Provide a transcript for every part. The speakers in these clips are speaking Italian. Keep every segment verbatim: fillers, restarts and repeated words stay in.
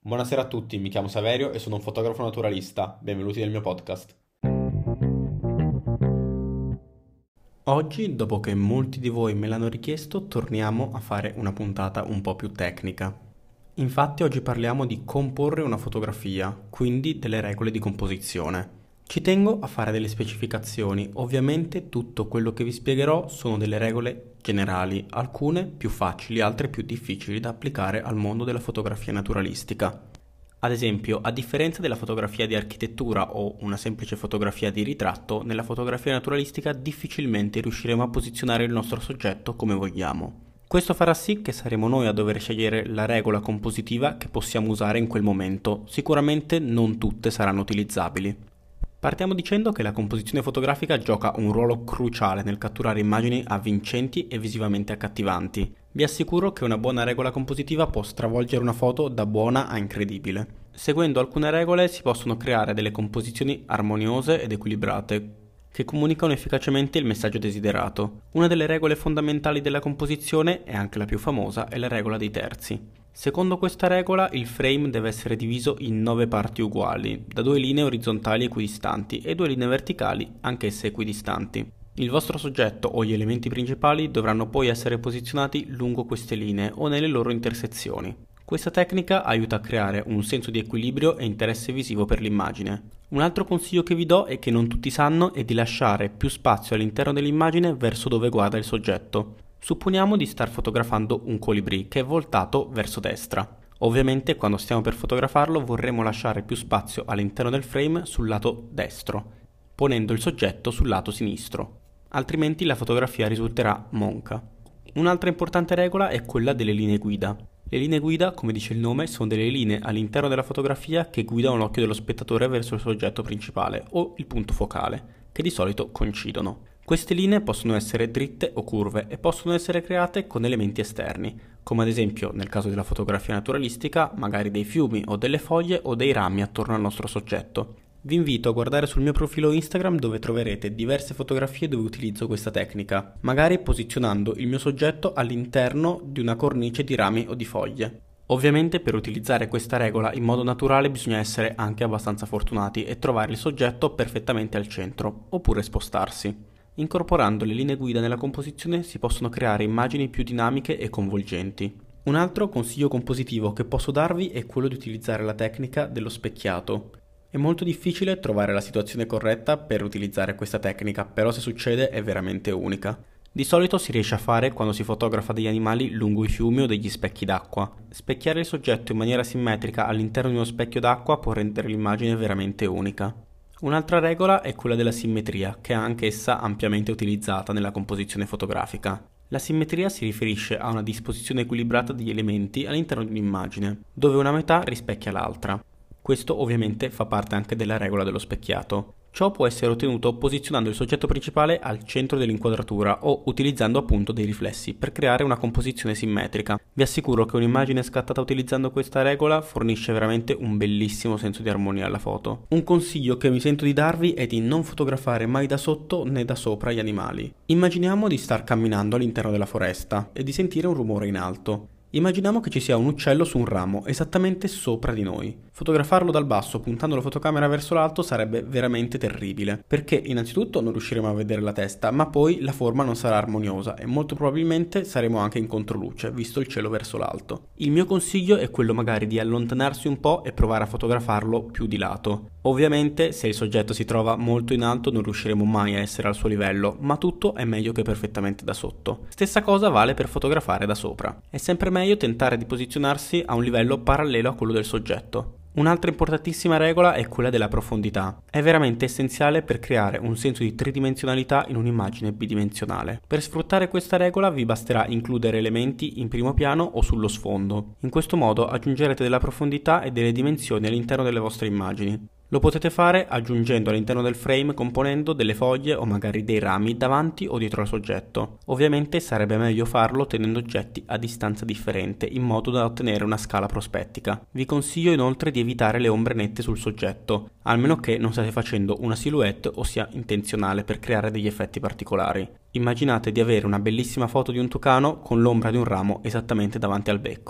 Buonasera a tutti, mi chiamo Saverio e sono un fotografo naturalista. Benvenuti nel mio podcast. Oggi, dopo che molti di voi me l'hanno richiesto, torniamo a fare una puntata un po' più tecnica. Infatti oggi parliamo di comporre una fotografia, quindi delle regole di composizione. Ci tengo a fare delle specificazioni, ovviamente tutto quello che vi spiegherò sono delle regole generali, alcune più facili, altre più difficili da applicare al mondo della fotografia naturalistica. Ad esempio, a differenza della fotografia di architettura o una semplice fotografia di ritratto, nella fotografia naturalistica difficilmente riusciremo a posizionare il nostro soggetto come vogliamo. Questo farà sì che saremo noi a dover scegliere la regola compositiva che possiamo usare in quel momento. Sicuramente non tutte saranno utilizzabili. Partiamo dicendo che la composizione fotografica gioca un ruolo cruciale nel catturare immagini avvincenti e visivamente accattivanti. Vi assicuro che una buona regola compositiva può stravolgere una foto da buona a incredibile. Seguendo alcune regole si possono creare delle composizioni armoniose ed equilibrate, che comunicano efficacemente il messaggio desiderato. Una delle regole fondamentali della composizione, e anche la più famosa, è la regola dei terzi. Secondo questa regola, il frame deve essere diviso in nove parti uguali, da due linee orizzontali equidistanti e due linee verticali, anch'esse equidistanti. Il vostro soggetto o gli elementi principali dovranno poi essere posizionati lungo queste linee o nelle loro intersezioni. Questa tecnica aiuta a creare un senso di equilibrio e interesse visivo per l'immagine. Un altro consiglio che vi do e che non tutti sanno è di lasciare più spazio all'interno dell'immagine verso dove guarda il soggetto. Supponiamo di star fotografando un colibrì che è voltato verso destra. Ovviamente quando stiamo per fotografarlo vorremmo lasciare più spazio all'interno del frame sul lato destro, ponendo il soggetto sul lato sinistro, altrimenti la fotografia risulterà monca. Un'altra importante regola è quella delle linee guida. Le linee guida, come dice il nome, sono delle linee all'interno della fotografia che guidano l'occhio dello spettatore verso il soggetto principale o il punto focale, che di solito coincidono. Queste linee possono essere dritte o curve e possono essere create con elementi esterni, come ad esempio nel caso della fotografia naturalistica, magari dei fiumi o delle foglie o dei rami attorno al nostro soggetto. Vi invito a guardare sul mio profilo Instagram dove troverete diverse fotografie dove utilizzo questa tecnica, magari posizionando il mio soggetto all'interno di una cornice di rami o di foglie. Ovviamente per utilizzare questa regola in modo naturale bisogna essere anche abbastanza fortunati e trovare il soggetto perfettamente al centro, oppure spostarsi. Incorporando le linee guida nella composizione si possono creare immagini più dinamiche e coinvolgenti. Un altro consiglio compositivo che posso darvi è quello di utilizzare la tecnica dello specchiato. È molto difficile trovare la situazione corretta per utilizzare questa tecnica, però se succede è veramente unica. Di solito si riesce a fare quando si fotografa degli animali lungo i fiumi o degli specchi d'acqua. Specchiare il soggetto in maniera simmetrica all'interno di uno specchio d'acqua può rendere l'immagine veramente unica. Un'altra regola è quella della simmetria, che è anch'essa ampiamente utilizzata nella composizione fotografica. La simmetria si riferisce a una disposizione equilibrata degli elementi all'interno di un'immagine, dove una metà rispecchia l'altra. Questo ovviamente fa parte anche della regola dello specchiato. Ciò può essere ottenuto posizionando il soggetto principale al centro dell'inquadratura o utilizzando appunto dei riflessi per creare una composizione simmetrica. Vi assicuro che un'immagine scattata utilizzando questa regola fornisce veramente un bellissimo senso di armonia alla foto. Un consiglio che mi sento di darvi è di non fotografare mai da sotto né da sopra gli animali. Immaginiamo di star camminando all'interno della foresta e di sentire un rumore in alto. Immaginiamo che ci sia un uccello su un ramo, esattamente sopra di noi. Fotografarlo dal basso puntando la fotocamera verso l'alto sarebbe veramente terribile, perché innanzitutto non riusciremo a vedere la testa, ma poi la forma non sarà armoniosa e molto probabilmente saremo anche in controluce, visto il cielo verso l'alto. Il mio consiglio è quello magari di allontanarsi un po' e provare a fotografarlo più di lato. Ovviamente, se il soggetto si trova molto in alto non riusciremo mai a essere al suo livello, ma tutto è meglio che perfettamente da sotto. Stessa cosa vale per fotografare da sopra. È sempre meglio tentare di posizionarsi a un livello parallelo a quello del soggetto. Un'altra importantissima regola è quella della profondità. È veramente essenziale per creare un senso di tridimensionalità in un'immagine bidimensionale. Per sfruttare questa regola vi basterà includere elementi in primo piano o sullo sfondo. In questo modo aggiungerete della profondità e delle dimensioni all'interno delle vostre immagini. Lo potete fare aggiungendo all'interno del frame componendo delle foglie o magari dei rami davanti o dietro al soggetto. Ovviamente sarebbe meglio farlo tenendo oggetti a distanza differente in modo da ottenere una scala prospettica. Vi consiglio inoltre di evitare le ombre nette sul soggetto, almeno che non state facendo una silhouette o sia intenzionale per creare degli effetti particolari. Immaginate di avere una bellissima foto di un tucano con l'ombra di un ramo esattamente davanti al becco.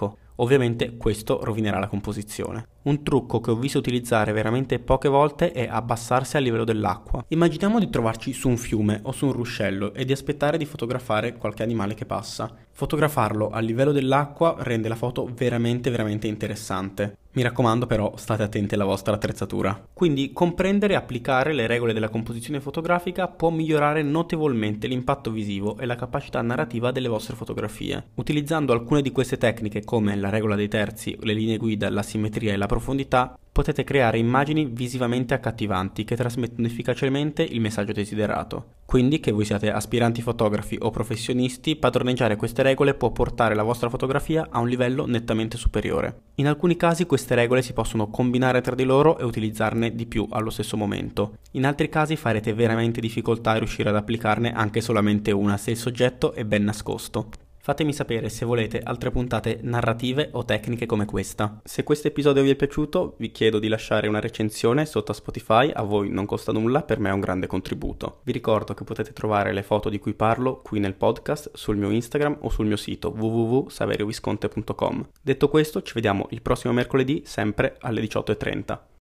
Ovviamente questo rovinerà la composizione. Un trucco che ho visto utilizzare veramente poche volte è abbassarsi al livello dell'acqua. Immaginiamo di trovarci su un fiume o su un ruscello e di aspettare di fotografare qualche animale che passa. Fotografarlo al livello dell'acqua rende la foto veramente veramente interessante. Mi raccomando però, state attenti alla vostra attrezzatura. Quindi comprendere e applicare le regole della composizione fotografica può migliorare notevolmente l'impatto visivo e la capacità narrativa delle vostre fotografie. Utilizzando alcune di queste tecniche come la regola dei terzi, le linee guida, la simmetria e la profondità, potete creare immagini visivamente accattivanti che trasmettono efficacemente il messaggio desiderato. Quindi, che voi siate aspiranti fotografi o professionisti, padroneggiare queste regole può portare la vostra fotografia a un livello nettamente superiore. In alcuni casi queste regole si possono combinare tra di loro e utilizzarne di più allo stesso momento. In altri casi farete veramente difficoltà a riuscire ad applicarne anche solamente una se il soggetto è ben nascosto. Fatemi sapere se volete altre puntate narrative o tecniche come questa. Se questo episodio vi è piaciuto, vi chiedo di lasciare una recensione sotto a Spotify, a voi non costa nulla, per me è un grande contributo. Vi ricordo che potete trovare le foto di cui parlo qui nel podcast, sul mio Instagram o sul mio sito w w w punto saverio visconte punto com. Detto questo, ci vediamo il prossimo mercoledì, sempre alle diciotto e trenta.